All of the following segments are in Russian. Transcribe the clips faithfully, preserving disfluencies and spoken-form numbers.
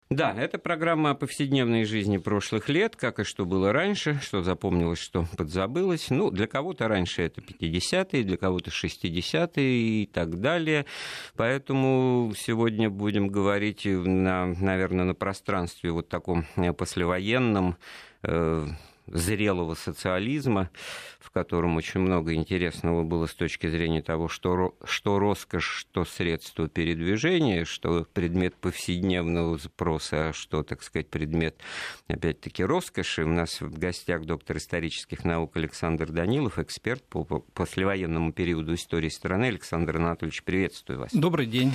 Да, это программа о повседневной жизни прошлых лет, как и что было раньше, что запомнилось, что подзабылось. Ну, для кого-то раньше это пятидесятые, для кого-то шестидесятые и так далее. Поэтому сегодня будем говорить, на, наверное, на пространстве вот таком послевоенном, э, зрелого социализма, в котором очень много интересного было с точки зрения того, что, что роскошь, что средство передвижения, что предмет повседневного запроса, а что, так сказать, предмет, опять-таки, роскоши. У нас в гостях доктор исторических наук Александр Данилов, эксперт по послевоенному периоду истории страны. Александр Анатольевич, приветствую вас. Добрый день.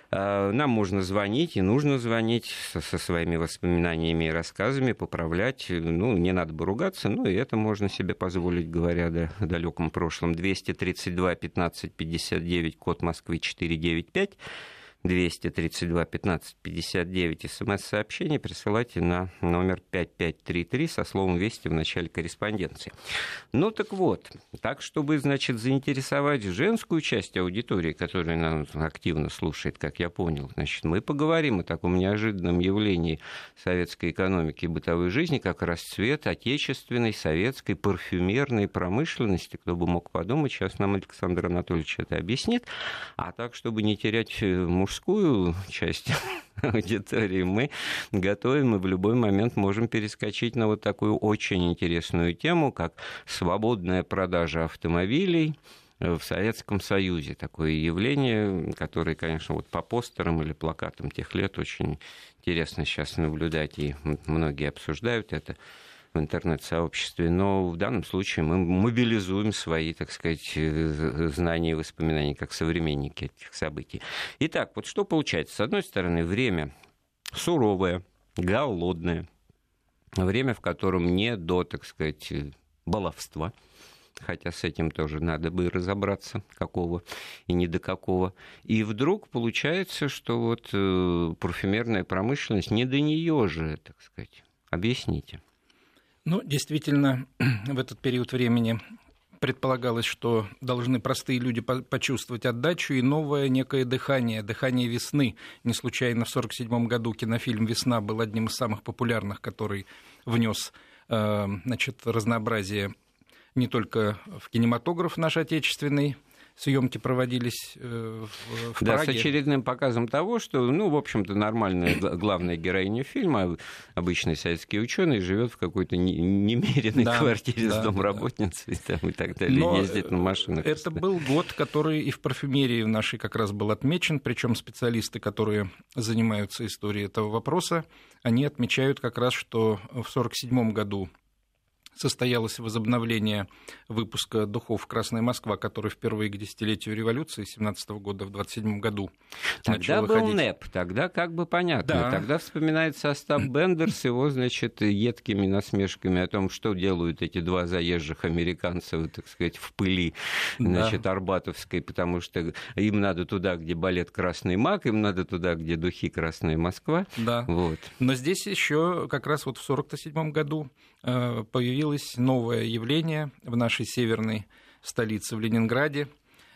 Нам можно звонить, и нужно звонить со, со своими воспоминаниями и рассказами, поправлять. Ну, не надо бы ругаться, но и это можно себе позволить, говоря о далеком прошлом. двести тридцать два пятнадцать пятьдесят девять, код Москвы четыреста девяносто пять. двести тридцать два пятнадцать пятьдесят девять. СМС-сообщение присылайте на номер пять пять три три со словом «Вести» в начале корреспонденции. Ну так вот, так, чтобы, значит, заинтересовать женскую часть аудитории, которая нас активно слушает, как я понял, значит, мы поговорим о таком неожиданном явлении советской экономики и бытовой жизни, как расцвет отечественной, советской, парфюмерной промышленности. Кто бы мог подумать, сейчас нам Александр Анатольевич это объяснит. А так, чтобы не терять муж мужскую часть аудитории, мы готовим и в любой момент можем перескочить на вот такую очень интересную тему, как свободная продажа автомобилей в Советском Союзе. Такое явление, которое, конечно, вот по постерам или плакатам тех лет очень интересно сейчас наблюдать, и многие обсуждают это в интернет-сообществе, но в данном случае мы мобилизуем свои, так сказать, знания и воспоминания как современники этих событий. Итак, вот что получается? С одной стороны, время суровое, голодное, время, в котором не до, так сказать, баловства, хотя с этим тоже надо бы разобраться, какого и не до какого. И вдруг получается, что вот парфюмерная промышленность, не до нее же, так сказать. Объясните. Ну, действительно, в этот период времени предполагалось, что должны простые люди почувствовать отдачу и новое некое дыхание, дыхание весны. Не случайно в сорок седьмом году кинофильм «Весна» был одним из самых популярных, который внес, значит, разнообразие не только в кинематограф наш отечественный. Съемки проводились в да, Праге. С очередным показом того, что, ну, в общем-то, нормальная главная героиня фильма, обычный советский ученый, живет в какой-то немеренной да, квартире да, с домработницей да. и так далее, но ездит на машинах. Это был год, который и в парфюмерии нашей как раз был отмечен, причем специалисты, которые занимаются историей этого вопроса, они отмечают как раз, что в сорок седьмом году состоялось возобновление выпуска духов «Красная Москва», который впервые к десятилетию революции семнадцатого года в двадцать седьмом году тогда начал был выходить. НЭП, тогда как бы понятно. Да. Тогда вспоминается Остап Бендер с его, значит, едкими насмешками о том, что делают эти два заезжих американца, так сказать, в пыли, значит, да. Арбатовской, потому что им надо туда, где балет «Красный маг», им надо туда, где духи «Красная Москва». Да. Вот. Но здесь еще как раз вот в сорок седьмом году появилось новое явление в нашей северной столице, в Ленинграде.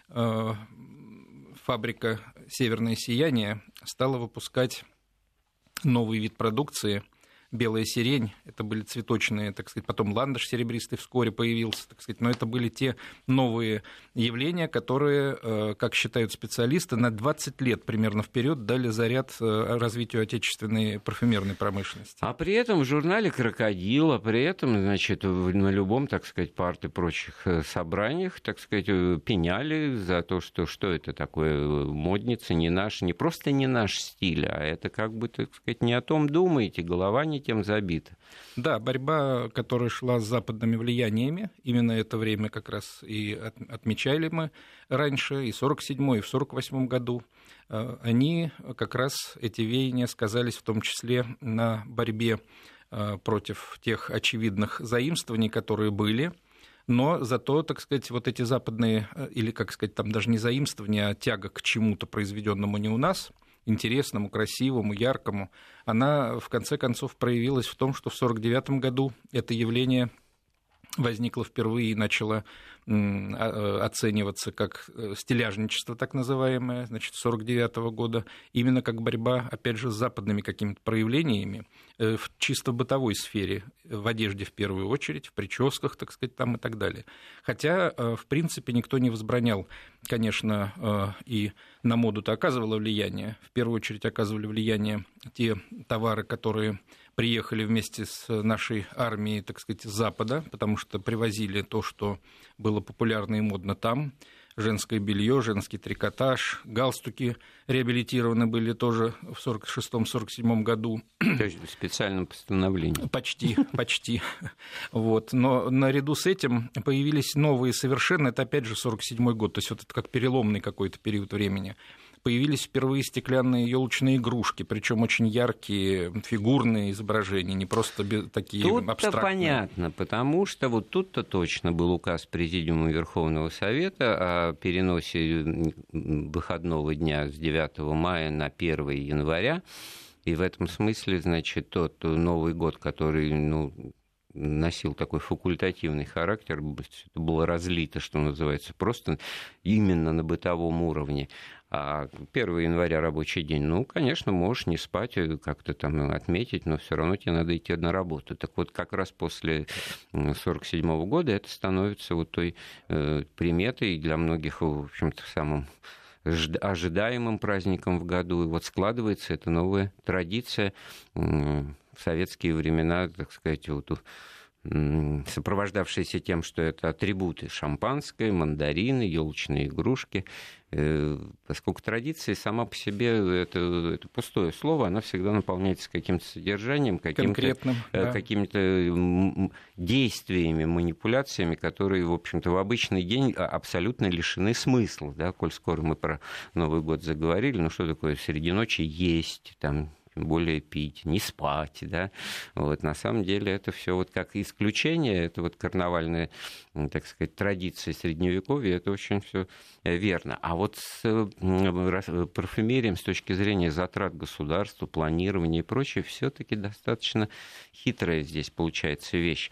Фабрика «Северное сияние» стала выпускать новый вид продукции – белая сирень, это были цветочные, так сказать, потом ландыш серебристый вскоре появился, так сказать, но это были те новые явления, которые, как считают специалисты, на двадцать лет примерно вперед дали заряд развитию отечественной парфюмерной промышленности. А при этом в журнале «Крокодил», а при этом, значит, на любом, так сказать, парт и прочих собраниях, так сказать, пеняли за то, что что это такое модница, не наш, не просто не наш стиль, а это как бы, так сказать, не о том думаете, голова не тем забита. Да, борьба, которая шла с западными влияниями, именно это время как раз и отмечали мы раньше, и в сорок седьмом, и в сорок восьмом году, они как раз, эти веяния, сказались в том числе на борьбе против тех очевидных заимствований, которые были, но зато, так сказать, вот эти западные, или, как сказать, там даже не заимствования, а тяга к чему-то произведенному не у нас, интересному, красивому, яркому, она в конце концов проявилась в том, что в сорок девятом году это явление возникла впервые и начала оцениваться как стиляжничество, так называемое, значит, сорок девятого года, именно как борьба, опять же, с западными какими-то проявлениями в чисто бытовой сфере, в одежде в первую очередь, в прическах, так сказать, там и так далее. Хотя, в принципе, никто не возбранял, конечно, и на моду-то оказывало влияние. В первую очередь оказывали влияние те товары, которые приехали вместе с нашей армией, так сказать, с Запада, потому что привозили то, что было популярно и модно там. Женское белье, женский трикотаж, галстуки реабилитированы были тоже в сорок шестом — сорок седьмом году. То есть в специальном постановлении. Почти, почти. Вот. Но наряду с этим появились новые совершенно, это опять же сорок седьмой год, то есть вот это как переломный какой-то период времени. Появились впервые стеклянные елочные игрушки, причем очень яркие фигурные изображения, не просто такие тут-то абстрактные. Понятно, потому что вот тут-то точно был указ Президиума Верховного Совета о переносе выходного дня с девятого мая на первого января. И в этом смысле, значит, тот Новый год, который, ну, носил такой факультативный характер, это было разлито, что называется, просто именно на бытовом уровне. А первого января рабочий день, ну, конечно, можешь не спать, как-то там отметить, но все равно тебе надо идти на работу. Так вот, как раз после сорок седьмого года это становится вот той э, приметой для многих, в общем-то, самым ожидаемым праздником в году. И вот складывается эта новая традиция э, в советские времена, так сказать, вот, сопровождавшиеся тем, что это атрибуты: шампанское, мандарины, елочные игрушки. Поскольку традиция сама по себе это, это пустое слово, она всегда наполняется каким-то содержанием, каким-то, да. какими-то действиями, манипуляциями, которые, в общем-то, в обычный день абсолютно лишены смысла. Да? Коль скоро мы про Новый год заговорили, ну что такое среди ночи есть, там, тем более пить, не спать, да, вот, на самом деле это все вот как исключение, это вот карнавальная, так сказать, традиция Средневековья, это очень все верно. А вот с парфюмерией с точки зрения затрат государства, планирования и прочее, все-таки достаточно хитрая здесь получается вещь.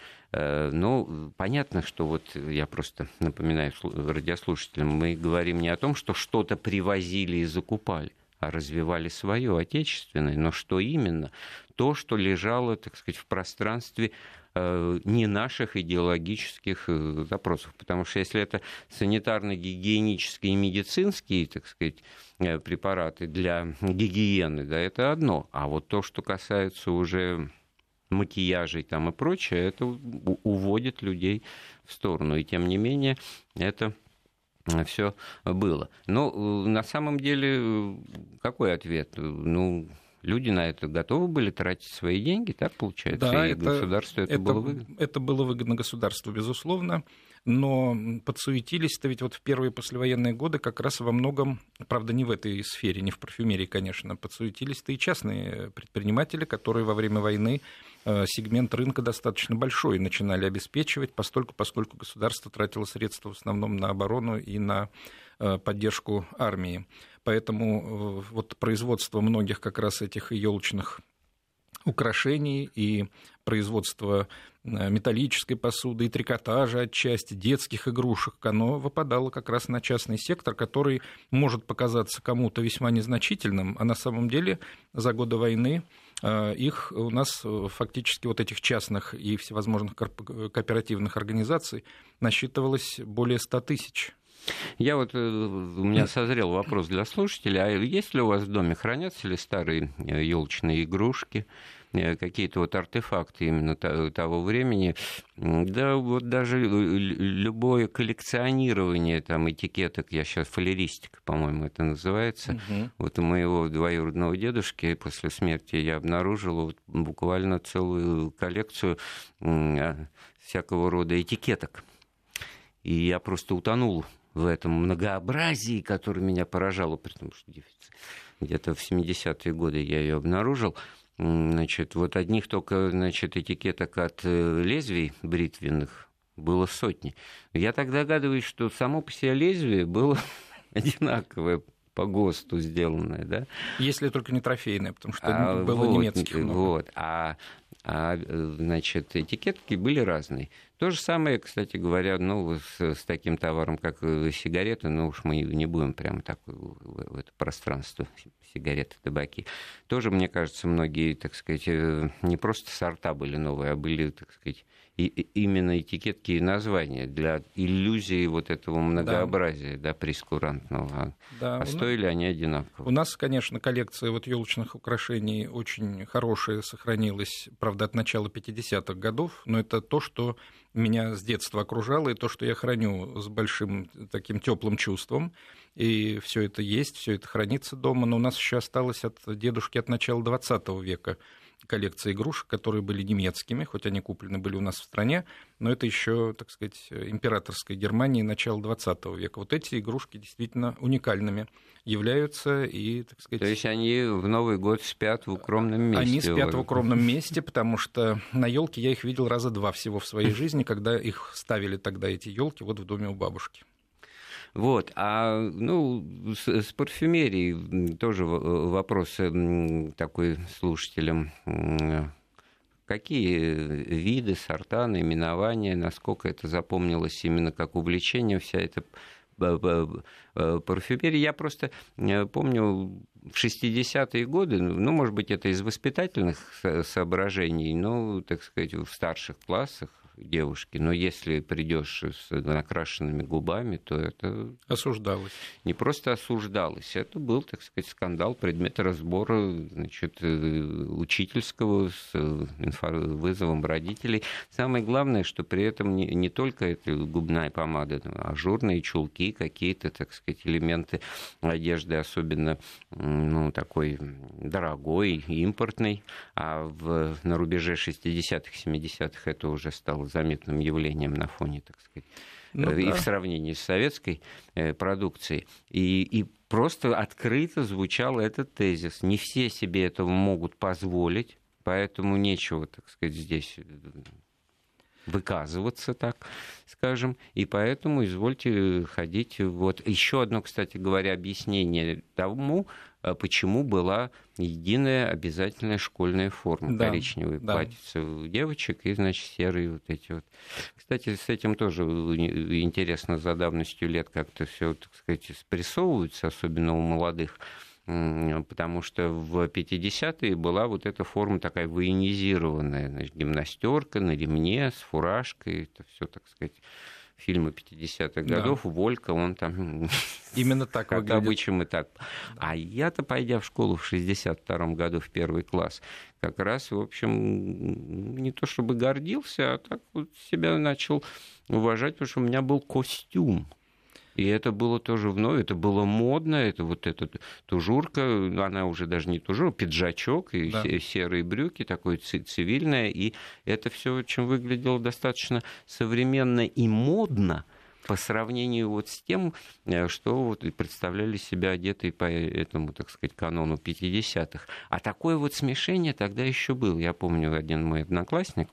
Ну, понятно, что вот я просто напоминаю радиослушателям, мы говорим не о том, что что-то привозили и закупали, а развивали свое отечественное. Но что именно? То, что лежало, так сказать, в пространстве э, не наших идеологических э, запросов. Потому что если это санитарно-гигиенические и медицинские, так сказать, э, препараты для гигиены, да, это одно. А вот то, что касается уже макияжей там и прочее, это уводит людей в сторону. И тем не менее, это все было. Но на самом деле какой ответ? Ну, люди на это готовы были тратить свои деньги, так получается? Да, и это, государству это, это было выгодно? Это было выгодно государству, безусловно. Но подсуетились-то ведь вот в первые послевоенные годы как раз во многом, правда, не в этой сфере, не в парфюмерии, конечно, подсуетились-то и частные предприниматели, которые во время войны сегмент рынка достаточно большой начинали обеспечивать, постольку, поскольку государство тратило средства в основном на оборону и на поддержку армии. Поэтому вот производство многих как раз этих елочных украшений и производство металлической посуды и трикотажа отчасти, детских игрушек, оно выпадало как раз на частный сектор, который может показаться кому-то весьма незначительным, а на самом деле за годы войны их у нас фактически вот этих частных и всевозможных кооперативных организаций насчитывалось более ста тысяч. Я вот, у меня созрел вопрос для слушателей, а есть ли у вас в доме, хранятся ли старые елочные игрушки, какие-то вот артефакты именно того времени? Да, вот даже любое коллекционирование там этикеток, я сейчас фалеристика, по-моему, это называется. Угу. Вот у моего двоюродного дедушки после смерти я обнаружил вот буквально целую коллекцию всякого рода этикеток. И я просто утонул в этом многообразии, которое меня поражало, потому что где-то в семидесятые годы я ее обнаружил. Значит, вот одних только, значит, этикеток от лезвий бритвенных было сотни. Я так догадываюсь, что само по себе лезвие было одинаковое, по ГОСТу сделанное, да? Если только не трофейное, потому что а, было вот, немецких много. Вот, а, а, значит, этикетки были разные. То же самое, кстати говоря, ну, с, с таким товаром, как сигареты, ну уж мы не будем прямо так в, в это пространство сигареты, табаки. Тоже, мне кажется, многие, так сказать, не просто сорта были новые, а были, так сказать, и, именно этикетки и названия для иллюзии вот этого многообразия, да, да прейскурантного. Да, а стоили нас... они одинаково. У нас, конечно, коллекция вот елочных украшений очень хорошая сохранилась, правда, от начала пятидесятых годов, но это то, что меня с детства окружало, и то, что я храню с большим таким теплым чувством. И все это есть, все это хранится дома, но у нас еще осталось от дедушки от начала двадцатого века коллекция игрушек, которые были немецкими, хоть они куплены были у нас в стране, но это еще, так сказать, императорской Германии начала двадцатого века. Вот эти игрушки действительно уникальными являются и, так сказать... То есть они в Новый год спят в укромном месте? Они спят в укромном месте, потому что на елке я их видел раза два всего в своей жизни, когда их ставили тогда, эти елки, вот в доме у бабушки. Вот, а ну, с, с парфюмерией тоже вопрос такой слушателям. Какие виды, сорта, наименования, насколько это запомнилось именно как увлечение, вся эта парфюмерия? Я просто помню в шестидесятые годы, ну, может быть, это из воспитательных соображений, но, так сказать, в старших классах, девушки, но если придешь с накрашенными губами, то это... Осуждалось. Не просто осуждалось, это был, так сказать, скандал, предмет разбора, значит, учительского с вызовом родителей. Самое главное, что при этом не, не только это губная помада, а ажурные чулки, какие-то, так сказать, элементы одежды, особенно, ну, такой дорогой, импортной, а в, на рубеже шестидесятых, семидесятых это уже стало заметным явлением на фоне, так сказать, ну, и да. в сравнении с советской э, продукцией. И, и просто открыто звучал этот тезис. Не все себе этого могут позволить, поэтому нечего, так сказать, здесь выказываться, так скажем, и поэтому извольте ходить. Вот еще одно, кстати говоря, объяснение тому, почему была единая обязательная школьная форма, да, коричневые да. платьица у девочек и, значит, серые вот эти вот. Кстати, с этим тоже интересно, за давностью лет как-то все, так сказать, спрессовывается, особенно у молодых, потому что в пятидесятые была вот эта форма такая военизированная, значит, гимнастерка на ремне с фуражкой, это все, так сказать, фильмы пятидесятых годов, да. Волька, он там... Именно так выглядит. Обычно и так. А я-то, пойдя в школу в шестьдесят втором году в первый класс, как раз, в общем, не то чтобы гордился, а так вот себя начал уважать, потому что у меня был костюм. И это было тоже вновь, это было модно, это вот эта тужурка, она уже даже не тужурка, пиджачок и да. серые брюки, такое цивильное, и это все очень выглядело достаточно современно и модно по сравнению вот с тем, что вот представляли себя одетые по этому, так сказать, канону пятидесятых. А такое вот смешение тогда еще было. Я помню, один мой одноклассник,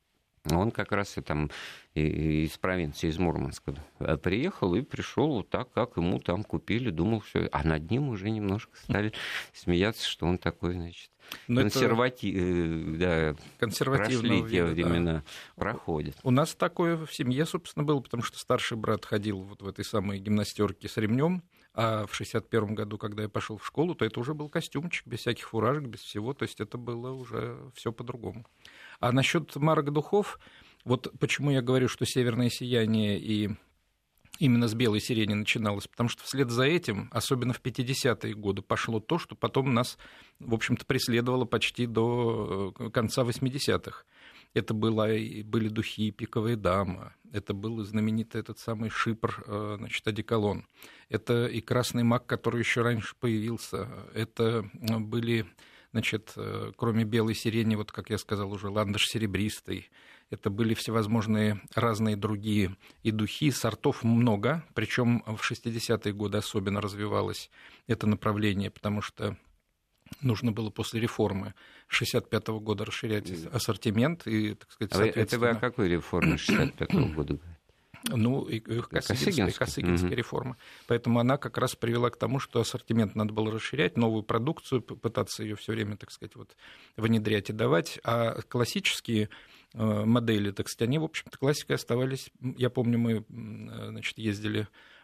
он как раз и там из провинции, из Мурманска приехал и пришел вот так, как ему там купили, думал, все, а над ним уже немножко стали смеяться, что он такой, значит, консерватив, да, прошли те времена, да. проходят. У нас такое в семье, собственно, было, потому что старший брат ходил вот в этой самой гимнастерке с ремнем, а в шестьдесят первом году, когда я пошел в школу, то это уже был костюмчик, без всяких фуражек, без всего, то есть это было уже все по-другому. А насчет марок духов, вот почему я говорю, что «Северное сияние» и именно с «Белой сирени» начиналось, потому что вслед за этим, особенно в пятидесятые годы, пошло то, что потом нас, в общем-то, преследовало почти до конца восьмидесятых. Это было, были духи «Пиковая дама», это был знаменитый этот самый шипр, значит, одеколон, это и «Красный мак», который еще раньше появился, это были... Значит, кроме «Белой сирени», вот, как я сказал уже, ландыш серебристый, это были всевозможные разные другие и духи, сортов много, причем в шестидесятые годы особенно развивалось это направление, потому что нужно было после реформы шестьдесят пятого года расширять ассортимент. И, так сказать, соответственно... Это вы о какой реформе шестьдесят пятого года говорите? Ну, и Косыгинская, Косыгинская реформа. Поэтому она как раз привела к тому, что ассортимент надо было расширять, новую продукцию, пытаться ее все время, так сказать, вот, внедрять и давать. А классические модели, так сказать, они, в общем-то, классикой оставались. Я помню, мы, значит, ездили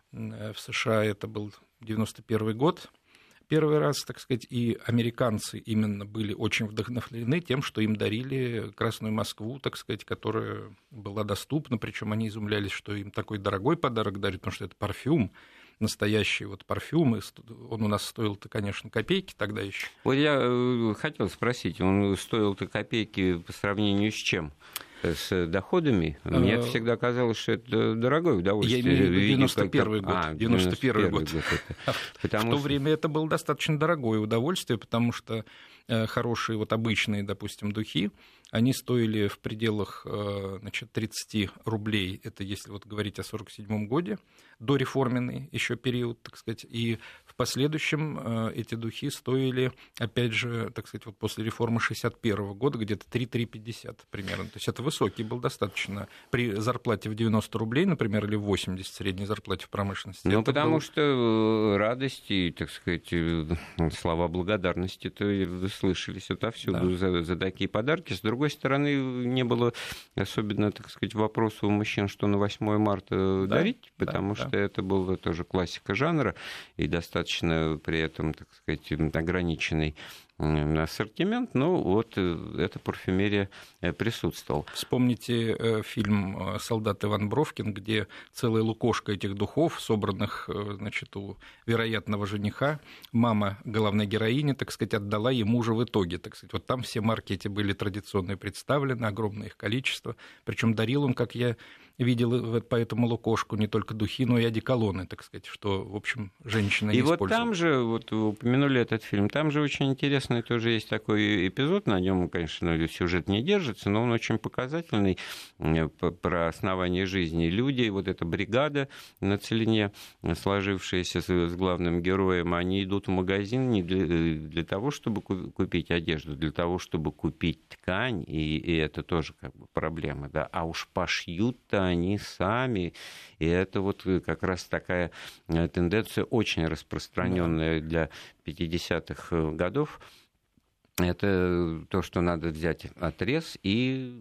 в США, это был девяносто первый год, первый раз, так сказать, и американцы именно были очень вдохновлены тем, что им дарили Красную Москву, так сказать, которая была доступна, причем они изумлялись, что им такой дорогой подарок дарят, потому что это парфюм, настоящий вот парфюм, он у нас стоил-то, конечно, копейки тогда еще. Вот я хотел спросить, он стоил-то копейки по сравнению с чем? С доходами? Мне всегда казалось, что это дорогое удовольствие. Я имею в виду девяносто первый год. А, девяносто первый год. год это. Потому в то что... время это было достаточно дорогое удовольствие, потому что хорошие, вот обычные, допустим, духи, они стоили в пределах, значит, тридцать рублей, это если вот говорить о сорок седьмом году, дореформенный еще период, так сказать, и в последующем эти духи стоили, опять же, так сказать, вот после реформы шестьдесят первого года где-то три-три пятьдесят примерно, то есть это высокий был достаточно при зарплате в девяносто рублей, например, или в восемьдесят средней зарплате в промышленности. Ну, это потому был... что радость и, так сказать, слова благодарности-то слышались отовсюду, да, за, за такие подарки. С другой стороны, не было особенно, так сказать, вопроса у мужчин, что на восьмое марта да, дарить, потому да, что да. это была тоже классика жанра и достаточно при этом, так сказать, ограниченный ассортимент, но вот эта парфюмерия присутствовала. Вспомните фильм «Солдат Иван Бровкин», где целая лукошка этих духов, собранных, значит, у вероятного жениха, мама главной героини, так сказать, отдала ему же в итоге, так сказать. Вот там все марки эти были традиционные представлены, огромное их количество, причем дарил он, как я видел по этому лукошку, не только духи, но и одеколоны, так сказать, что, в общем, женщина не использовала. И вот там же, вот вы упомянули этот фильм, там же очень интересный тоже есть такой эпизод, на нем, конечно, сюжет не держится, но он очень показательный про основание жизни людей. Вот эта бригада на Целине, сложившаяся с главным героем, они идут в магазин не для, для того, чтобы купить одежду, для того, чтобы купить ткань, и, и это тоже как бы проблема, да, а уж пошьют-то они сами, и это вот как раз такая тенденция очень распространенная для пятидесятых годов. Это то, что надо взять отрез и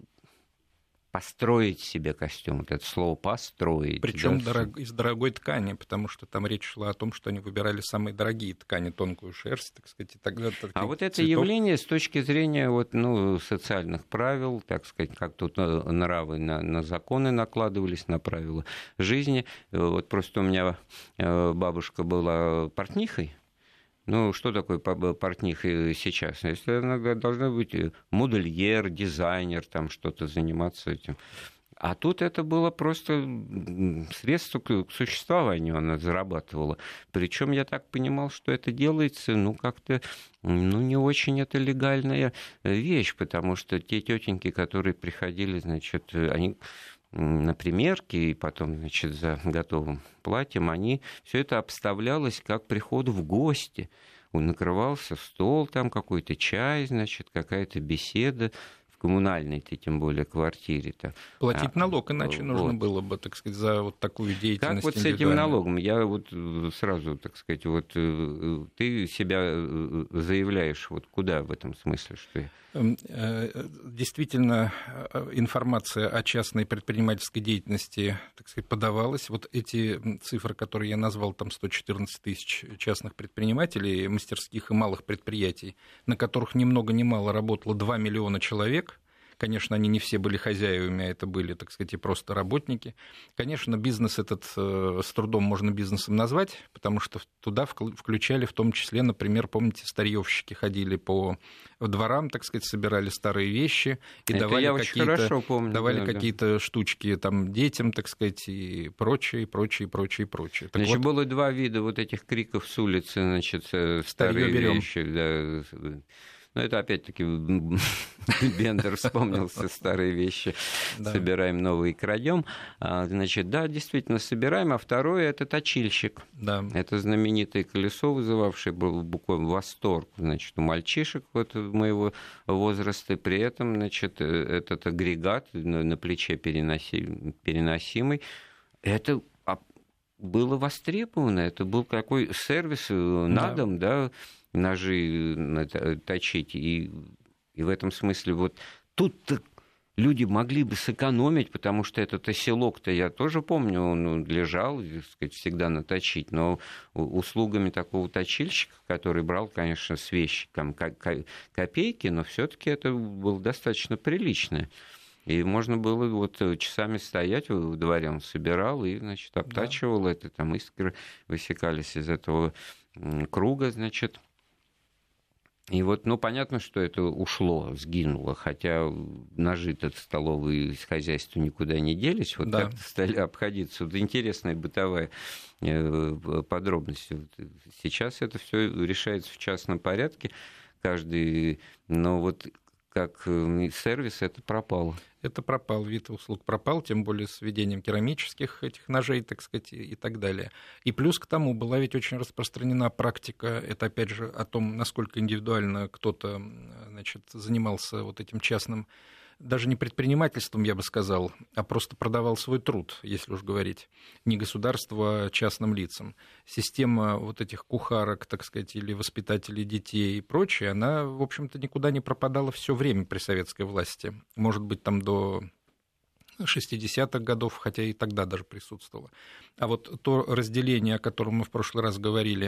построить себе костюм. Вот это слово «построить». Причем да? дорог... из дорогой ткани, потому что там речь шла о том, что они выбирали самые дорогие ткани, тонкую шерсть, так сказать, и так далее. А вот это цветов... явление с точки зрения вот, ну, социальных правил, так сказать, как тут нравы на, на законы накладывались, на правила жизни. Вот просто у меня бабушка была портнихой. Ну, что такое портниха сейчас? Если она должна быть модельер, дизайнер, там что-то заниматься этим. А тут это было просто средство к существованию, она зарабатывала. Причем я так понимал, что это делается, ну, как-то, ну, не очень это легальная вещь, потому что те тетеньки, которые приходили, значит, они... на примерке и потом, значит, за готовым платьем, они все это обставлялось как приход в гости. Накрывался стол, там какой-то чай, значит, какая-то беседа в коммунальной-то, тем более, квартире-то. Платить а, налог иначе вот. нужно было бы, так сказать, за вот такую деятельность. Как вот с этим налогом? Я вот сразу, так сказать, вот ты себя заявляешь, вот куда в этом смысле, что я... Действительно, информация о частной предпринимательской деятельности, так сказать, подавалась. Вот эти цифры, которые я назвал, там сто четырнадцать тысяч частных предпринимателей, мастерских и малых предприятий, на которых ни много ни мало работало два миллиона человек. Конечно, они не все были хозяевами, а это были, так сказать, и просто работники. Конечно, бизнес этот с трудом можно бизнесом назвать, потому что туда включали в том числе, например, помните, старьевщики ходили по дворам, так сказать, собирали старые вещи и это давали какие-то, помню, давали да, какие-то да. штучки там, детям, так сказать, и прочее, прочее, прочее, прочее. Так значит, вот, было два вида вот этих криков с улицы, значит, старые берем. вещи, да. Но это опять-таки Бендер вспомнился, старые вещи, да. Собираем, новые крадем. Значит, да, действительно собираем. А второе — это точильщик. Да. Это знаменитое колесо, вызывавшее буквально восторг, значит, у мальчишек вот моего возраста. При этом, значит, этот агрегат на плече переносимый, это было востребовано. Это был какой сервис на дом, да, да ножи точить, и, и в этом смысле вот тут люди могли бы сэкономить, потому что этот оселок-то, я тоже помню, он лежал, так сказать, всегда наточить, но услугами такого точильщика, который брал, конечно, с вещиком копейки, но все-таки это было достаточно прилично. И можно было вот часами стоять во дворе, он собирал и, значит, обтачивал да. это, там искры высекались из этого круга, значит. И вот, ну, понятно, что это ушло, сгинуло, хотя ножи-то столовые из хозяйства никуда не делись, вот да. как-то стали обходиться. Вот интересная бытовая подробность. Сейчас это все решается в частном порядке, каждый, но вот как сервис это пропало. Это пропал, вид услуг пропал, тем более с введением керамических этих ножей, так сказать, и так далее. И плюс к тому была ведь очень распространена практика, это опять же о том, насколько индивидуально кто-то, значит, занимался вот этим частным, даже не предпринимательством, я бы сказал, а просто продавал свой труд, если уж говорить, не государству, а частным лицам. Система вот этих кухарок, так сказать, или воспитателей детей и прочее, она, в общем-то, никуда не пропадала все время при советской власти. Может быть, там до шестидесятых годов, хотя и тогда даже присутствовало. А вот то разделение, о котором мы в прошлый раз говорили,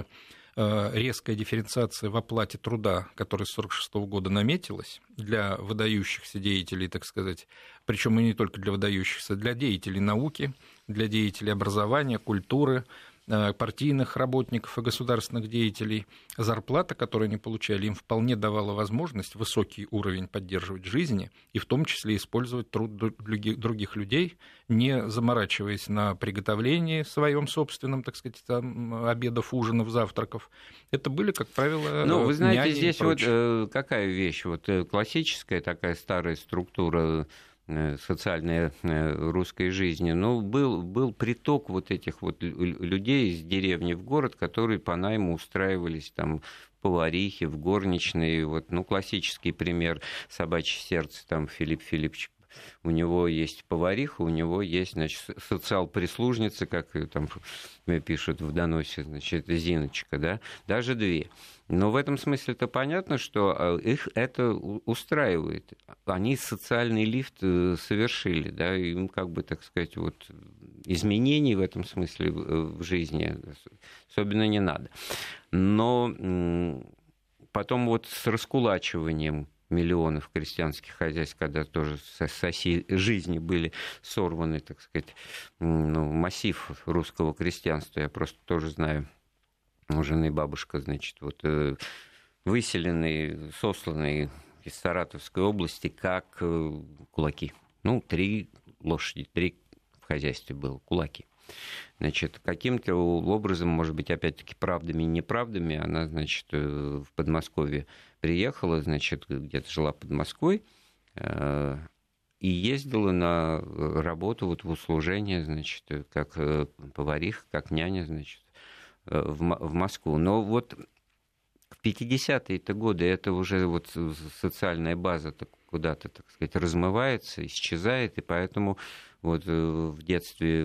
резкая дифференциация в оплате труда, которая с сорок шестого года наметилась для выдающихся деятелей, так сказать, причем и не только для выдающихся, для деятелей науки, для деятелей образования, культуры, партийных работников и государственных деятелей, зарплата, которую они получали, им вполне давала возможность высокий уровень поддерживать жизни и в том числе использовать труд других людей, не заморачиваясь на приготовлении своем собственном, так сказать, там, обедов, ужинов, завтраков. Это были, как правило, ну, вы знаете, няни здесь и прочее. Вот какая вещь, вот классическая такая старая структура социальной русской жизни, но был, был приток вот этих вот людей из деревни в город, которые по найму устраивались там поварихи, в горничные. Вот, ну, классический пример «Собачье сердце», там Филипп Филиппович. У него есть повариха, у него есть, значит, социал-прислужница, как там пишут в доносе, значит, Зиночка, да, даже две. Но в этом смысле это понятно, что их это устраивает. Они социальный лифт совершили, да, им, как бы, так сказать, вот изменений в этом смысле в жизни особенно не надо. Но потом вот с раскулачиванием миллионов крестьянских хозяйств, когда тоже с оси жизни были сорваны, так сказать, ну, массив русского крестьянства. Я просто тоже знаю, у жены бабушка, значит, вот выселенные, сосланные из Саратовской области как кулаки. Ну, три лошади, три в хозяйстве было, кулаки. Значит, каким-то образом, может быть, опять-таки правдами и неправдами, она, значит, в Подмосковье приехала, значит, где-то жила под Москвой и ездила на работу вот в услужение, значит, как повариха, как няня, значит, в Москву. Но вот в пятидесятые годы это уже вот социальная база куда-то, так сказать, размывается, исчезает, и поэтому вот в детстве,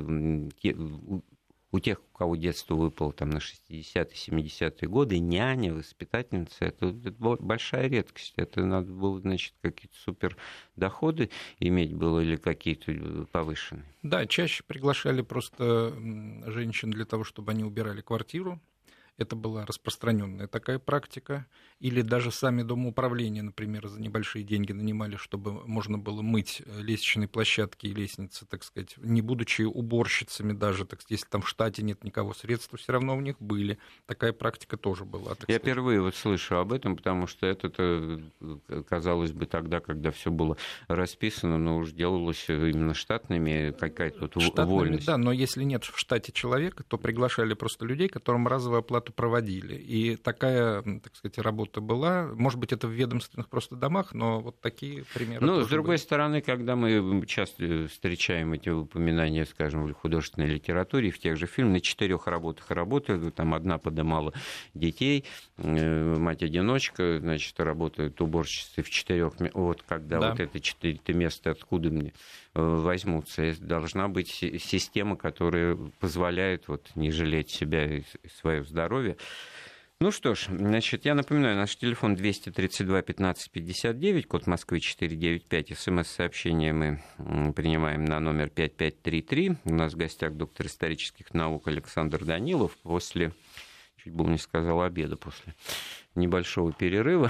у тех, у кого детство выпало там на шестидесятые, семидесятые годы, няня, воспитательница, это, это большая редкость. Это надо было, значит, какие-то супер доходы иметь было или какие-то повышенные. Да, чаще приглашали просто женщин для того, чтобы они убирали квартиру. Это была распространенная такая практика. Или даже сами домоуправления, например, за небольшие деньги нанимали, чтобы можно было мыть лестничные площадки и лестницы, так сказать, не будучи уборщицами даже, так сказать, если там в штате нет никого, средства все равно у них были. Такая практика тоже была. Я сказать. Впервые вот слышу об этом, потому что это, казалось бы, тогда, когда все было расписано, но уж делалось именно штатными, какая-то вот штатными, вольность. Да, но если нет в штате человека, то приглашали просто людей, которым разовую оплату проводили. И такая, так сказать, работа была. Может быть, это в ведомственных просто домах, но вот такие примеры. Ну, с другой были. стороны, когда мы часто встречаем эти упоминания, скажем, в художественной литературе, в тех же фильмах, на четырех работах работали, там одна подымала детей, мать-одиночка, значит, работает уборщицей в четырех. Вот когда да. вот это четыре места, откуда мне возьмутся, должна быть система, которая позволяет вот не жалеть себя и свое здоровье. Ну что ж, значит, я напоминаю, наш телефон двести тридцать два пятнадцать пятьдесят девять, код Москвы четыреста девяносто пять. СМС-сообщение мы принимаем на номер пять пять три три. У нас в гостях доктор исторических наук Александр Данилов. После, чуть было не сказал, обеда, после небольшого перерыва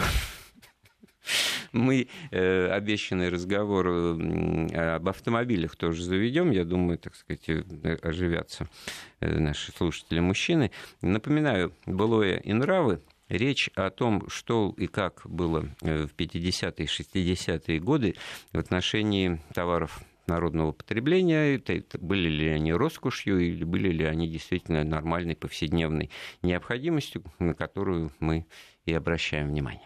мы э, обещанный разговор э, об автомобилях тоже заведем. Я думаю, так сказать, оживятся э, наши слушатели-мужчины. Напоминаю, «Былое и нравы». Речь о том, что и как было в пятидесятые и шестидесятые годы в отношении товаров народного потребления. Это, это, были ли они роскошью или были ли они действительно нормальной повседневной необходимостью, на которую мы и обращаем внимание.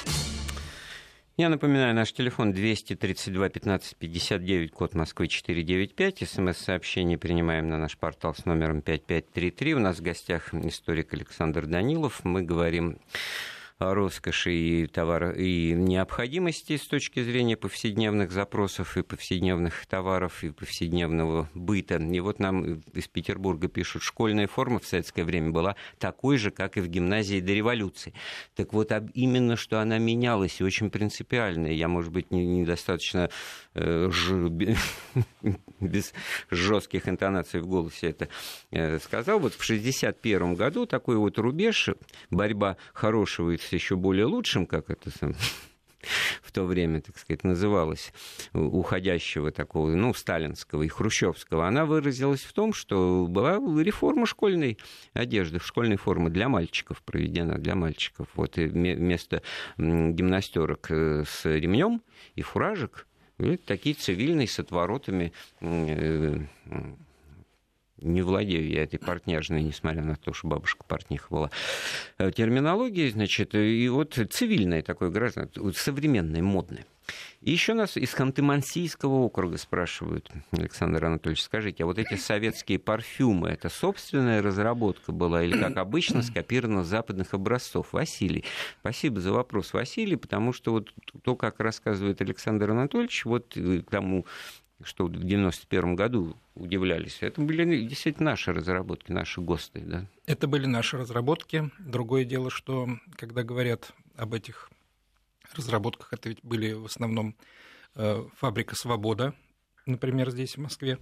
Я напоминаю, наш телефон двести тридцать два пятнадцать пятьдесят девять, код Москвы четыреста девяносто пять. СМС-сообщение принимаем на наш портал с номером пять пять три три. У нас в гостях историк Александр Данилов. Мы говорим о роскоши и, товар... и необходимости с точки зрения повседневных запросов и повседневных товаров, и повседневного быта. И вот нам из Петербурга пишут, школьная форма в советское время была такой же, как и в гимназии до революции. Так вот, именно что она менялась, и очень принципиально. Я, может быть, недостаточно э, ж... без жестких интонаций в голосе это э, сказал. Вот в шестьдесят первом году такой вот рубеж, борьба хорошего и еще более лучшим, как это в то время, так сказать, называлось, уходящего такого, ну, сталинского и хрущевского, она выразилась в том, что была реформа школьной одежды, школьной формы для мальчиков проведена, для мальчиков. Вот, и вместо гимнастерок с ремнем и фуражек такие цивильные с отворотами. Не владею я этой портняжной, несмотря на то, что бабушка портниха была. Терминология, значит, и вот цивильное такое гражданство, современное, модное. И еще нас из Ханты-Мансийского округа спрашивают, Александр Анатольевич, скажите, а вот эти советские парфюмы, это собственная разработка была или, как обычно, скопирована с западных образцов? Василий. Спасибо за вопрос, Василий, потому что вот то, как рассказывает Александр Анатольевич, вот к тому, что в девяносто первом году удивлялись. Это были действительно наши разработки, наши ГОСТы. Да? Это были наши разработки. Другое дело, что когда говорят об этих разработках, это ведь были в основном э, фабрика «Свобода», например, здесь, в Москве,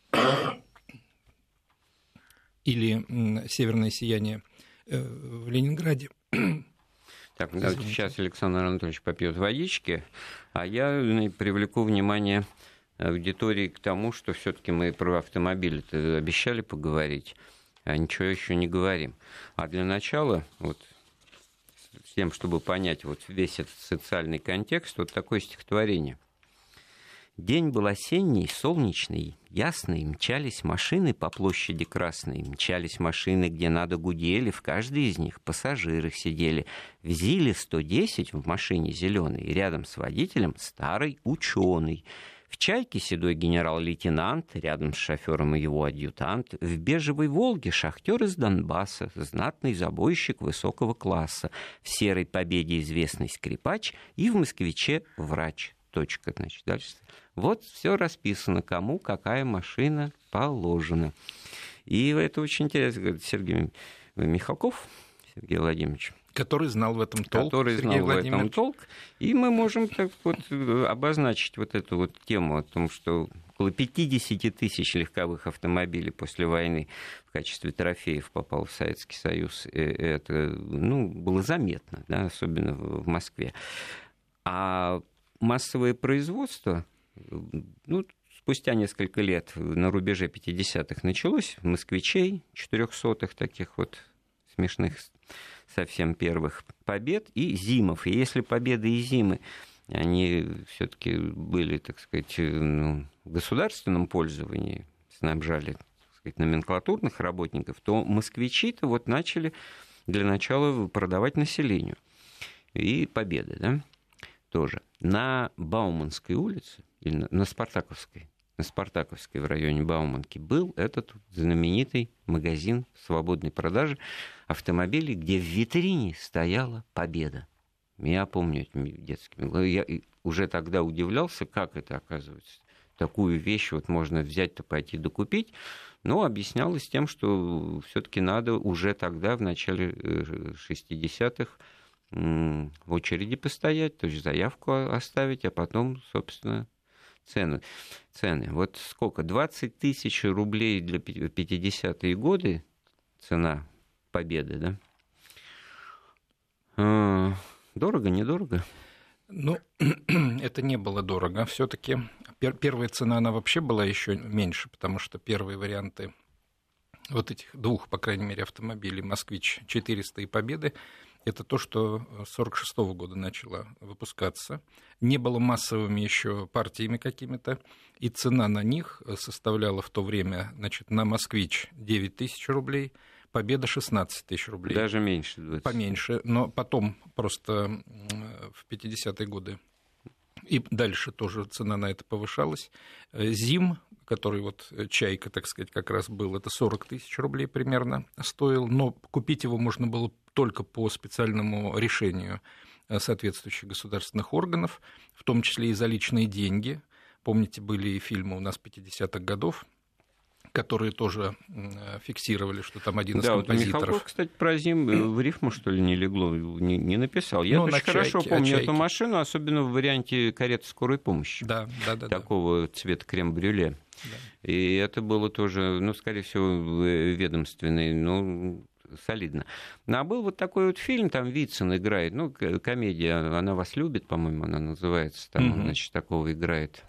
или э, «Северное сияние» э, в Ленинграде. Так, давайте сейчас Александр Анатольевич попьет водички, а я привлеку внимание аудитории к тому, что все-таки мы про автомобили-то обещали поговорить, а ничего еще не говорим. А для начала, вот, с тем, чтобы понять вот весь этот социальный контекст, вот такое стихотворение. День был осенний, солнечный, ясный, мчались машины по площади Красной, мчались машины, где надо гудели, в каждой из них пассажиры сидели. В ЗИЛе сто десять в машине зеленой, рядом с водителем старый ученый. В «Чайке» седой генерал-лейтенант, рядом с шофером и его адъютант. В «Бежевой Волге» шахтер из Донбасса, знатный забойщик высокого класса. В «Серой Победе» известный скрипач и в «Москвиче» врач. Точка, значит, дальше. Вот все расписано, кому какая машина положена. И это очень интересно, говорит Сергей Михалков, Сергей Владимирович. Который знал в этом толк. Который знал в этом толк. И мы можем так вот обозначить вот эту вот тему о том, что около пятьдесят тысяч легковых автомобилей после войны в качестве трофеев попало в Советский Союз. Это, ну, было заметно, да, особенно в Москве. А массовое производство, ну, спустя несколько лет, на рубеже пятидесятых, началось москвичей, четырехсотых таких вот смешных совсем первых побед и зимов. И если победы и зимы, они все-таки были, так сказать, ну, в государственном пользовании, снабжали, так сказать, номенклатурных работников, то москвичи-то вот начали для начала продавать населению. И победы, да, тоже. На Бауманской улице, или на Спартаковской, на Спартаковской в районе Бауманки был этот знаменитый магазин свободной продажи автомобилей, где в витрине стояла «Победа». Я помню этими детскими глазами. Я уже тогда удивлялся, как это, оказывается, такую вещь вот можно взять-то пойти докупить. Но объяснялось тем, что все-таки надо уже тогда, в начале шестидесятых, в очереди постоять, то есть заявку оставить, а потом, собственно, цены. цены. Вот сколько? двадцать тысяч рублей для пятидесятые годы цена победы, да? Дорого, недорого? Ну, это не было дорого. Все-таки первая цена, она вообще была еще меньше, потому что первые варианты вот этих двух, по крайней мере, автомобилей «Москвич четыреста» и «Победы», это то, что с сорок шестого года начало выпускаться. Не было массовыми еще партиями какими-то, и цена на них составляла в то время, значит, на «Москвич» девять тысяч рублей, «Победа» шестнадцать тысяч рублей. Даже меньше двадцати. Поменьше, но потом просто в пятидесятые годы и дальше тоже цена на это повышалась. «Зим», который вот «Чайка», так сказать, как раз был, это сорок тысяч рублей примерно стоил, но купить его можно было только по специальному решению соответствующих государственных органов, в том числе и за личные деньги. Помните, были и фильмы у нас пятидесятых годов, которые тоже фиксировали, что там один из да, композиторов... Вот Михалков, кстати, про «Зим» в рифму, что ли, не легло, не, не написал. Я очень хорошо чайке, помню эту машину, особенно в варианте кареты скорой помощи. Да, да, да. Такого да. цвета крем-брюле. Да. И это было тоже, ну, скорее всего, ведомственный, ну, солидно. А был вот такой вот фильм, там Вицин играет, ну, комедия «Она вас любит», по-моему, она называется, там, угу. значит, такого играет...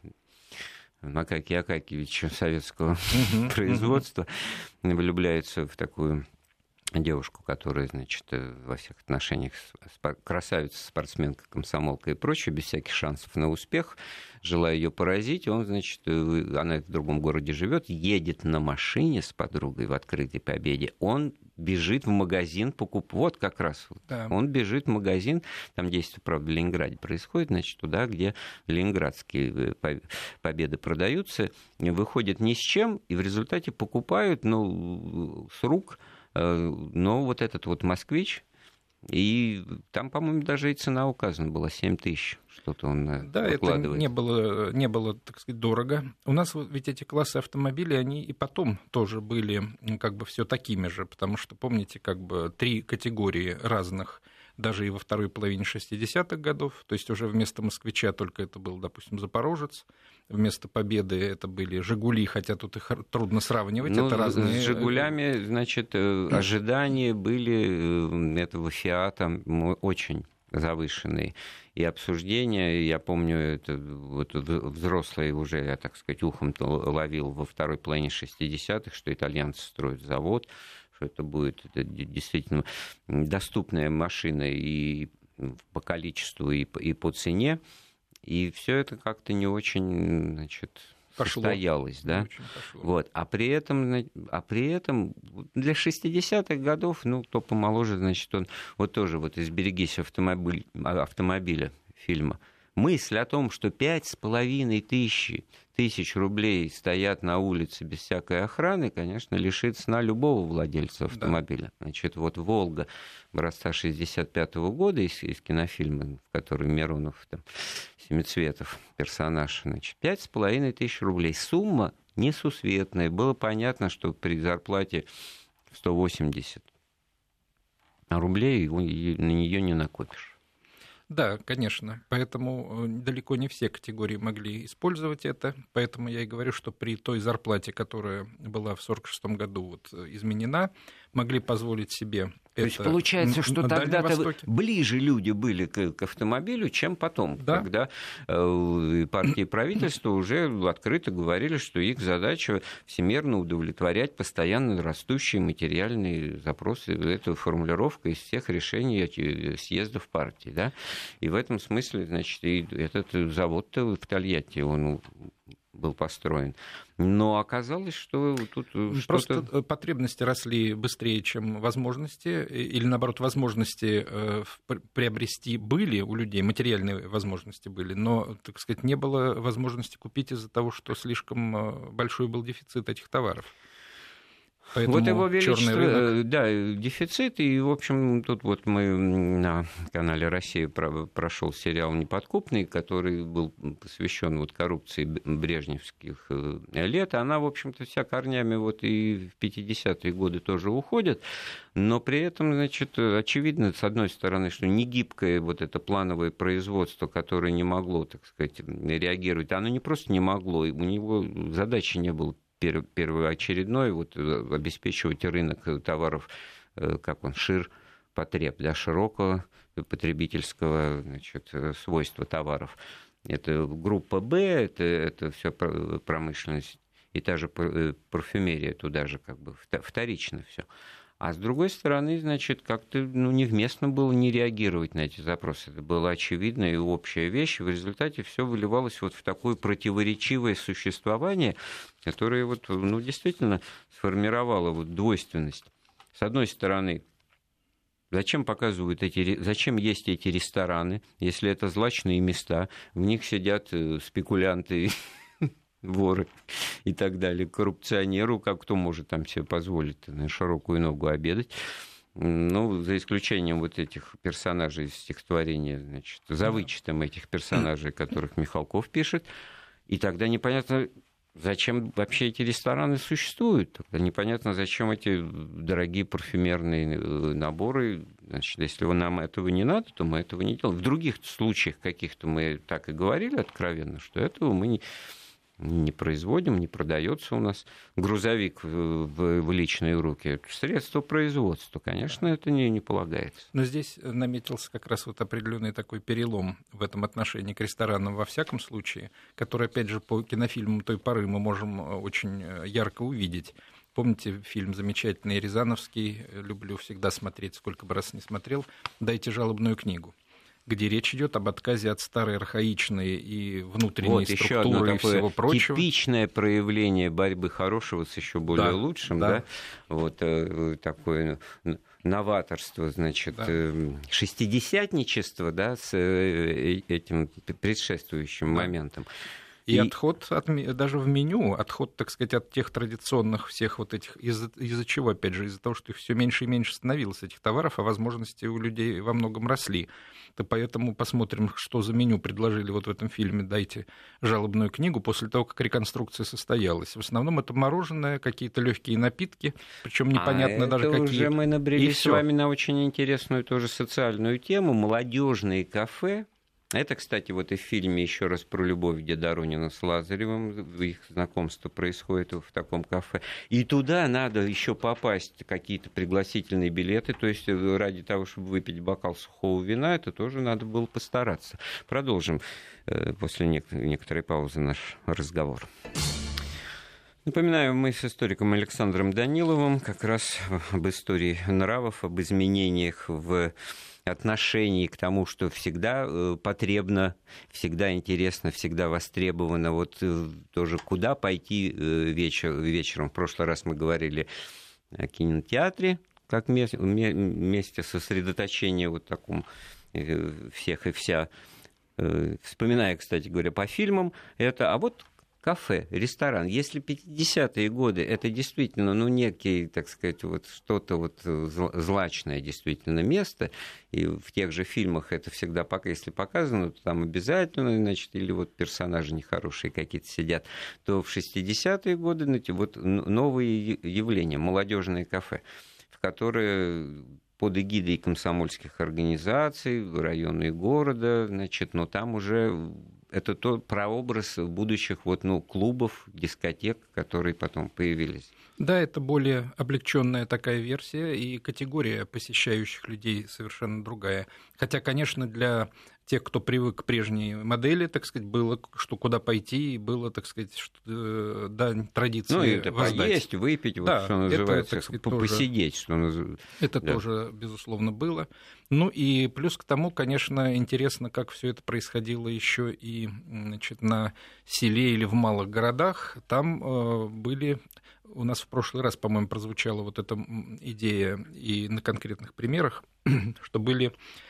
Акакия Акакиевича советского uh-huh, производства, uh-huh. влюбляется в такую девушку, которая, значит, во всех отношениях красавица, спортсменка, комсомолка и прочее, без всяких шансов на успех. Желая ее поразить, он, значит, она в другом городе живет, едет на машине с подругой в открытой победе. Он бежит в магазин, покуп... вот как раз. Да. Он бежит в магазин, там действие, правда, в Ленинграде происходит, значит, туда, где ленинградские победы продаются, выходит ни с чем, и в результате покупают, ну, с рук, но вот этот вот «Москвич», и там, по-моему, даже и цена указана была, семь тысяч, что-то он да, выкладывает. Это не было, не было, так сказать, дорого. У нас ведь эти классы автомобилей, они и потом тоже были как бы все такими же, потому что, помните, как бы три категории разных, даже и во второй половине шестидесятых годов, то есть уже вместо «Москвича» только это был, допустим, «Запорожец», вместо «Победы» это были «Жигули», хотя тут их трудно сравнивать, ну, это разные... С «Жигулями», значит, ожидания были этого «Фиата» очень завышенные. И обсуждения, я помню, это вот взрослые уже, я, так сказать, ухом ловил во второй половине шестидесятых, что итальянцы строят завод, что это будет это действительно доступная машина и по количеству, и по, и по цене. И все это как-то не очень, значит, пошло. Состоялось. Да? Вот. А при этом, а при этом для шестидесятых годов, ну, кто помоложе, значит, он вот тоже вот из «Берегись автомобиль, автомобиля» фильма. Мысль о том, что пять с половиной тысяч, тысяч рублей стоят на улице без всякой охраны, конечно, лишит сна любого владельца автомобиля. Да. Значит, вот «Волга» образца шестьдесят пятого года из, из кинофильма, в котором Миронов, там, Семицветов персонаж, значит, пять с половиной тысяч рублей. Сумма несусветная. Было понятно, что при зарплате в сто восемьдесят рублей на нее не накопишь. Да, конечно. Поэтому далеко не все категории могли использовать это. Поэтому я и говорю, что при той зарплате, которая была в сорок шестом году вот, изменена, могли позволить себе... То есть получается, что тогда-то ближе люди были к, к автомобилю, чем потом, да? Когда э, партии и правительство уже открыто говорили, что их задача всемерно удовлетворять постоянно растущие материальные запросы. Это формулировка из всех решений съездов партии. Да? И в этом смысле, значит, и этот завод-то в Тольятти, он был построен. Но оказалось, что тут просто что-то... потребности росли быстрее, чем возможности, или, наоборот, возможности приобрести были у людей, материальные возможности были, но, так сказать, не было возможности купить из-за того, что слишком большой был дефицит этих товаров. Поэтому вот его величество, рынок... да, дефицит, и, в общем, тут вот мы на канале «Россия» прошел сериал «Неподкупный», который был посвящен вот коррупции брежневских лет. Она, в общем-то, вся корнями вот и в пятидесятые годы тоже уходит, но при этом, значит, очевидно, с одной стороны, что негибкое вот это плановое производство, которое не могло, так сказать, реагировать, оно не просто не могло, у него задачи не было первоочередной, вот, обеспечивать рынок товаров, как он, ширпотреб, да, широкого потребительского, значит, свойства товаров. Это группа Б, это, это все промышленность, и та же парфюмерия туда же как бы вторично все. А с другой стороны, значит, как-то ну, невместно было не реагировать на эти запросы. Это была очевидная и общая вещь. И в результате все выливалось вот в такое противоречивое существование, которое вот, ну, действительно сформировало вот двойственность. С одной стороны, зачем показывают эти, зачем есть эти рестораны, если это злачные места, в них сидят спекулянты, воры и так далее, коррупционеру, как кто может там себе позволить на широкую ногу обедать. Ну, за исключением вот этих персонажей из стихотворения, значит, за вычетом этих персонажей, которых Михалков пишет. И тогда непонятно, зачем вообще эти рестораны существуют. Тогда непонятно, зачем эти дорогие парфюмерные наборы. Значит, если нам этого не надо, то мы этого не делаем. В других случаях каких-то мы так и говорили откровенно, что этого мы не... не производим, не продается у нас грузовик в, в личные руки. Это средство производства, конечно, это не, не полагается. Но здесь наметился как раз вот определенный такой перелом в этом отношении к ресторанам во всяком случае, который, опять же, по кинофильмам той поры мы можем очень ярко увидеть. Помните фильм замечательный рязановский, люблю всегда смотреть, сколько бы раз не смотрел, «Дайте жалобную книгу», где речь идет об отказе от старой архаичной и внутренней вот структуры и всего прочего. Типичное проявление борьбы хорошего с еще более да, лучшим, да, да? Вот э, такое новаторство, значит, да. э, шестидесятничество, да, с э, этим предшествующим да. моментом. И, и отход от, даже в меню, отход, так сказать, от тех традиционных всех вот этих, из-за, из-за чего, опять же, из-за того, что их все меньше и меньше становилось, этих товаров, а возможности у людей во многом росли. То поэтому посмотрим, что за меню предложили вот в этом фильме «Дайте жалобную книгу» после того, как реконструкция состоялась. В основном это мороженое, какие-то легкие напитки, причем непонятно а даже это какие. Уже мы набрели с вами на очень интересную тоже социальную тему. Молодежные кафе. Это, кстати, вот и в фильме «Еще раз про любовь», где Доронина с Лазаревым, их знакомство происходит в таком кафе. И туда надо еще попасть, какие-то пригласительные билеты, то есть ради того, чтобы выпить бокал сухого вина, это тоже надо было постараться. Продолжим после некоторой паузы наш разговор. Напоминаю, мы с историком Александром Даниловым как раз об истории нравов, об изменениях в отношении к тому, что всегда потребно, всегда интересно, всегда востребовано. Вот тоже куда пойти вечер, вечером. В прошлый раз мы говорили о кинотеатре, как месте, месте сосредоточения вот таком всех и вся. Вспоминая, кстати говоря, по фильмам, это, а вот кафе, ресторан. Если пятидесятые годы это действительно, ну, некий, так сказать, вот что-то вот злачное действительно место, и в тех же фильмах это всегда, пока если показано, то там обязательно, значит, или вот персонажи нехорошие какие-то сидят, то в шестидесятые годы, значит, вот новые явления, молодежные кафе, в которые под эгидой комсомольских организаций, районные города, значит, но там уже это тот прообраз будущих вот, ну, клубов, дискотек, которые потом появились. Да, это более облегченная такая версия, и категория посещающих людей совершенно другая. Хотя, конечно, для тех, кто привык к прежней модели, так сказать, было, что куда пойти, и было, так сказать, что, да, традиции ну, это воздать. Поесть, выпить, да, вот, что называется, это, сказать, посидеть. Тоже, что называется. Это да. тоже, безусловно, было. Ну и плюс к тому, конечно, интересно, как все это происходило еще и, значит, на селе или в малых городах. Там э, были... У нас в прошлый раз, по-моему, прозвучала вот эта идея и на конкретных примерах, что были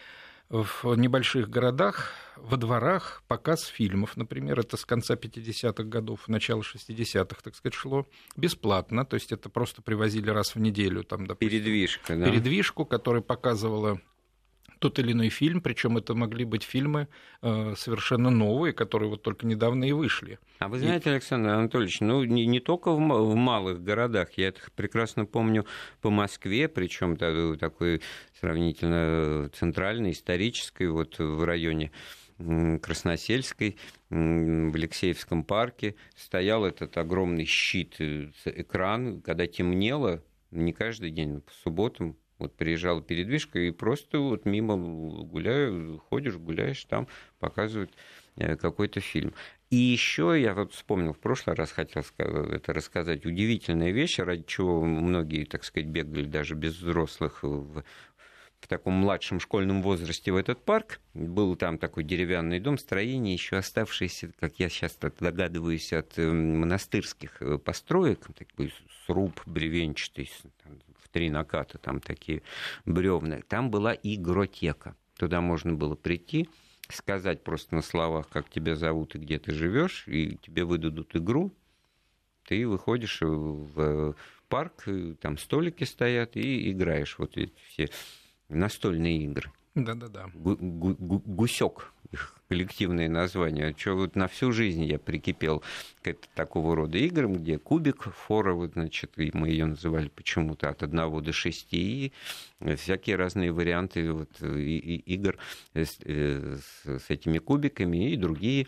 в небольших городах, во дворах показ фильмов, например, это с конца пятидесятых годов, начала шестидесятых, так сказать, шло бесплатно, то есть это просто привозили раз в неделю, там, допустим, передвижка, да? передвижку, которая показывала тот или иной фильм, причем это могли быть фильмы э, совершенно новые, которые вот только недавно и вышли. А вы знаете, и... Александр Анатольевич, ну не, не только в, в малых городах, я это прекрасно помню по Москве, причем такой сравнительно центральной, исторической, вот в районе Красносельской, в Алексеевском парке стоял этот огромный щит, экран, когда темнело, не каждый день, по субботам. Вот приезжала передвижка, и просто вот мимо гуляю, ходишь, гуляешь, там показывают какой-то фильм. И еще я вот вспомнил, в прошлый раз хотел это рассказать, удивительная вещь, ради чего многие, так сказать, бегали даже без взрослых в, в таком младшем школьном возрасте в этот парк. Был там такой деревянный дом, строение, еще оставшееся, как я сейчас догадываюсь, от монастырских построек, такой сруб бревенчатый, в три наката, там такие бревна. Там была игротека. Туда можно было прийти, сказать просто на словах, как тебя зовут и где ты живешь, и тебе выдадут игру. Ты выходишь в парк, там столики стоят, и играешь вот эти все настольные игры. Да-да-да. Гусёк, их коллективное название. Что вот на всю жизнь я прикипел к такого рода играм, где кубик, фора, вот, значит, и мы ее называли почему-то от одного до шести, и всякие разные варианты вот, и, и игр с, с, с этими кубиками и другие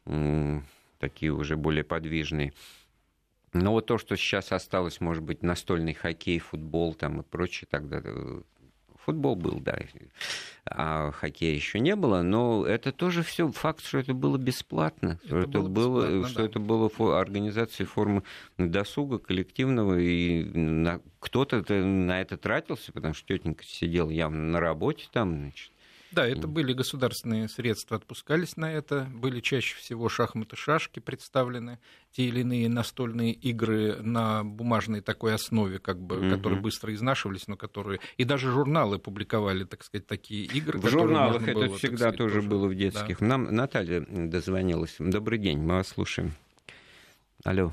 такие уже более подвижные. Но вот то, что сейчас осталось, может быть, настольный хоккей, футбол там и прочее, тогда... Футбол был, да, а хоккея еще не было, но это тоже все факт, что это было бесплатно, что это, это было, бесплатно, что да. это было организацией формы досуга коллективного, и на, кто-то на это тратился, потому что тетенька сидела явно на работе там, значит. Да, это были государственные средства, отпускались на это, были чаще всего шахматы, шашки представлены, те или иные настольные игры на бумажной такой основе, как бы, mm-hmm. которые быстро изнашивались, но которые... И даже журналы публиковали, так сказать, такие игры. В журналах это было, всегда сказать, тоже, тоже было в детских. Да. Нам Наталья дозвонилась. Добрый день, мы вас слушаем. Алло.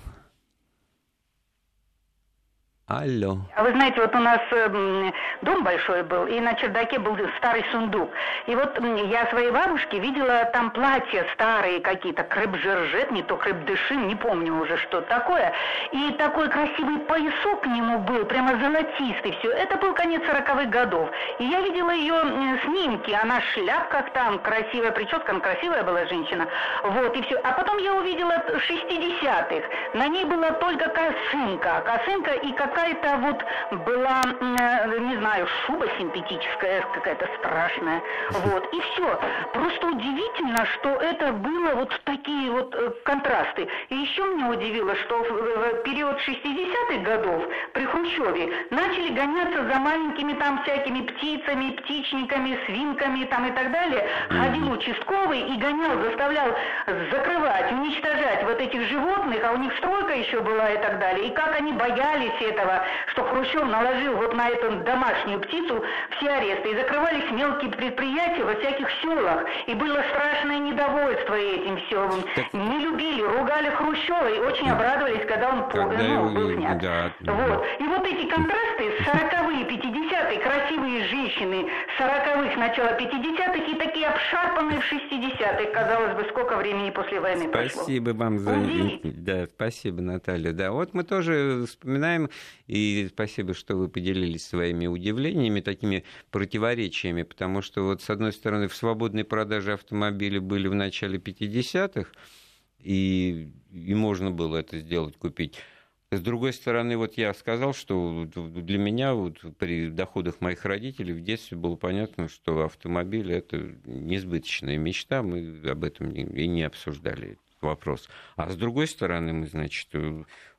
Алло. А вы знаете, вот у нас э, дом большой был, и на чердаке был старый сундук. И вот э, я своей бабушке видела там платья старые какие-то, креп-жоржет, не то креп-дешин, не помню уже, что такое. И такой красивый поясок к нему был, прямо золотистый все. Это был конец сороковых годов. И я видела ее э, снимки, она в шляпках там, красивая прическа, она красивая была женщина. Вот, и все. А потом я увидела шестидесятых. На ней была только косынка. Косынка и как какая-то вот была, не знаю, шуба симпатическая, какая-то страшная. Вот, и все. Просто удивительно, что это было вот такие вот контрасты. И еще меня удивило, что в период шестидесятых годов при Хрущеве начали гоняться за маленькими там всякими птицами, птичниками, свинками там и так далее. Ходил участковый и гонял, заставлял закрывать, уничтожать вот этих животных, а у них стройка еще была и так далее. И как они боялись этого, что Хрущев наложил вот на эту домашнюю птицу все аресты. И закрывались мелкие предприятия во всяких селах. И было страшное недовольство этим все. Так... Не любили, ругали Хрущева и очень обрадовались, когда он когда ну, был снят. Да. Вот. И вот эти контрасты, сороковые, пятидесятые, красивые женщины сороковых, начала пятидесятых и такие обшарпанные в шестидесятых. Казалось бы, сколько времени после войны прошло. Спасибо вам за... Да, спасибо, Наталья. Да, вот мы тоже вспоминаем. И спасибо, что вы поделились своими удивлениями, такими противоречиями, потому что вот с одной стороны в свободной продаже автомобили были в начале пятидесятых, и, и можно было это сделать, купить. С другой стороны, вот я сказал, что для меня вот при доходах моих родителей в детстве было понятно, что автомобиль – это несбыточная мечта, мы об этом и не обсуждали этот вопрос. А с другой стороны, мы, значит,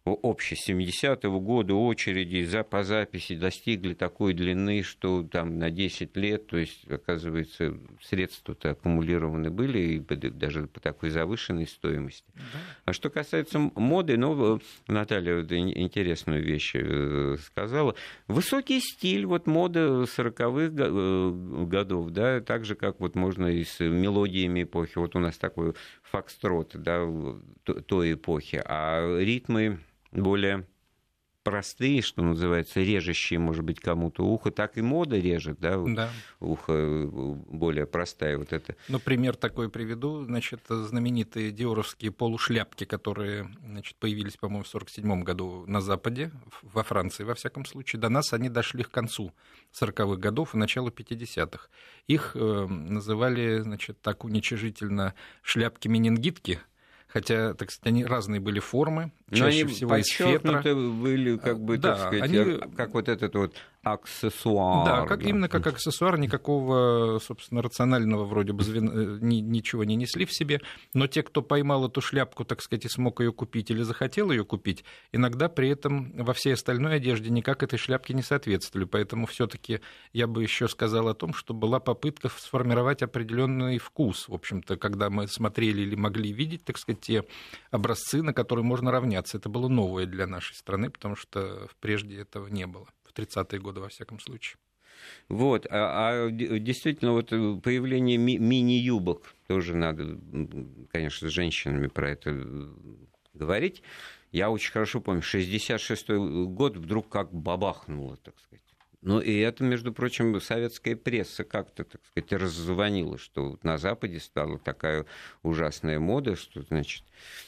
общей семидесятого года очереди за, по записи достигли такой длины, что там на десять лет, то есть, оказывается, средства-то аккумулированы были, и даже по такой завышенной стоимости. Да. А что касается моды, ну, Наталья вот интересную вещь сказала. Высокий стиль, вот мода сороковых годов, да, так же, как вот можно и с мелодиями эпохи. Вот у нас такой фокстрот, да, той эпохи, а ритмы более простые, что называется, режущие, может быть, кому-то ухо, так и мода режет, да, да. Ухо более простая вот это. Ну, пример такой приведу, значит, знаменитые диоровские полушляпки, которые, значит, появились, по-моему, в сорок седьмом году на Западе, во Франции, во всяком случае, до нас они дошли к концу сороковых годов и началу пятидесятых. Их э, называли, значит, так уничижительно шляпки-менингитки, хотя, так сказать, они разные были формы, чаще они всего из фетра. Были, как бы, да, так сказать, они... как вот этот вот аксессуар. Да, как, именно как аксессуар, никакого, собственно, рационального вроде бы звен... ничего не несли в себе, но те, кто поймал эту шляпку, так сказать, и смог ее купить или захотел ее купить, иногда при этом во всей остальной одежде никак этой шляпке не соответствовали, поэтому все-таки я бы еще сказал о том, что была попытка сформировать определенный вкус, в общем-то, когда мы смотрели или могли видеть, так сказать, те образцы, на которые можно равняться. Это было новое для нашей страны, потому что прежде этого не было. тридцатые годы, во всяком случае. Вот, а, а действительно, вот появление ми- мини-юбок, тоже надо, конечно, с женщинами про это говорить. Я очень хорошо помню, шестьдесят шестой год вдруг как бабахнуло, так сказать. Ну, и это, между прочим, советская пресса как-то, так сказать, раззвонила, что на Западе стала такая ужасная мода, что, значит,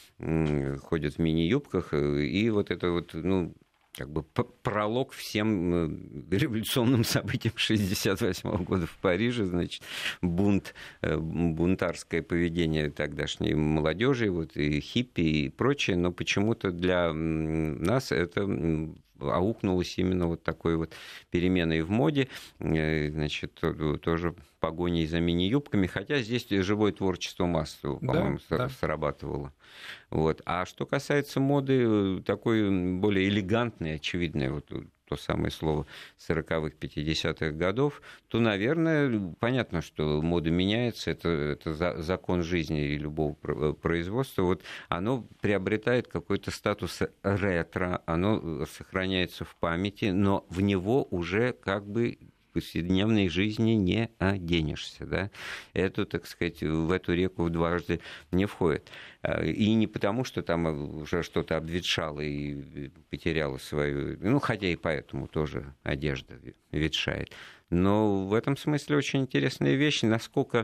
ходят в мини-юбках, и вот это вот, ну, как бы пролог всем революционным событиям шестьдесят восьмого года в Париже, значит, бунт, бунтарское поведение тогдашней молодежи, вот, и хиппи и прочее, но почему-то для нас это аукнулось именно вот такой вот переменой в моде, значит, тоже погоней за мини-юбками, хотя здесь живое творчество массово, по-моему, да, да. срабатывало. Вот. А что касается моды, такой более элегантной, очевидной, вот то самое слово сороковых, пятидесятых годов, то, наверное, понятно, что мода меняется, это, это закон жизни и любого производства, вот оно приобретает какой-то статус ретро, оно сохраняется в памяти, но в него уже как бы в повседневной жизни не оденешься, да? Это, так сказать, в эту реку дважды не входит. И не потому, что там уже что-то обветшало и потеряло свою... Ну, хотя и поэтому тоже одежда ветшает. Но в этом смысле очень интересная вещь, насколько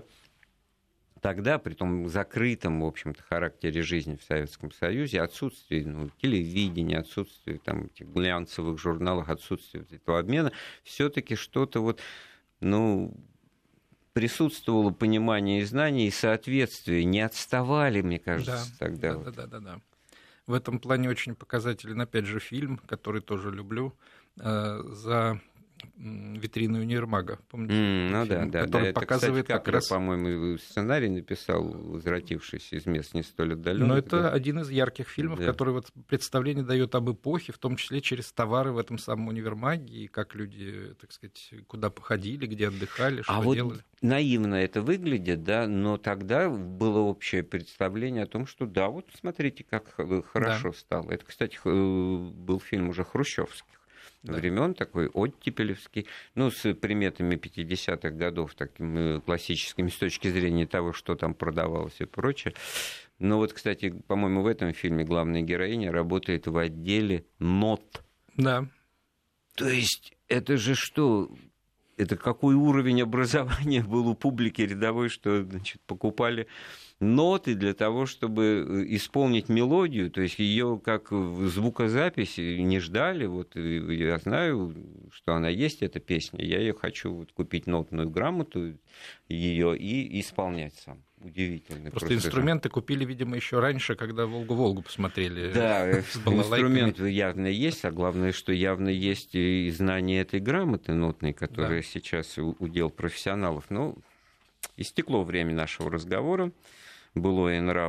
тогда, при том закрытом, в общем-то, характере жизни в Советском Союзе, отсутствие ну, телевидения, отсутствие там, этих глянцевых журналов, отсутствие этого обмена, все-таки что-то вот, ну, присутствовало понимание и знание, и соответствие, не отставали, мне кажется, да, тогда. Да, вот. да, да, да, да. В этом плане очень показателен, опять же, фильм, который тоже люблю, э, за витрину универмага, помните? Mm, ну фильм, да, да, который да. показывает Это, кстати, как раз... по-моему, сценарий написал, возвратившийся из мест не столь отдаленных. Но это да? один из ярких фильмов, да. который вот представление дает об эпохе, в том числе через товары в этом самом универмаге, и как люди, так сказать, куда походили, где отдыхали, что а вот делали. Наивно это выглядит, да, но тогда было общее представление о том, что да, вот смотрите, как хорошо да. стало. Это, кстати, был фильм уже хрущевских. Да. Времен такой оттепелевский, ну, с приметами пятидесятых годов, такими классическими с точки зрения того, что там продавалось и прочее. Но вот, кстати, по-моему, в этом фильме главная героиня работает в отделе нот. Да. То есть это же что? Это какой уровень образования был у публики рядовой, что, значит, покупали ноты для того, чтобы исполнить мелодию, то есть ее как в звукозаписи не ждали. Вот я знаю, что она есть, эта песня, я ее хочу вот купить нотную грамоту ее и исполнять сам. Удивительно. Просто, просто инструменты же. Купили, видимо, еще раньше, когда «Волгу-Волгу» посмотрели. Да, инструмент явно есть, а главное, что явно есть и знание этой грамоты нотной, которая да. сейчас удел профессионалов. Ну, истекло время нашего разговора. Былое нравы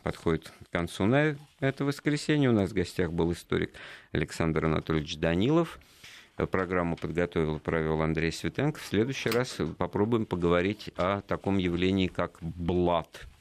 подходит к концу на это воскресенье. У нас в гостях был историк Александр Анатольевич Данилов. Программу подготовил и провел Андрей Светенко. В следующий раз попробуем поговорить о таком явлении, как блат.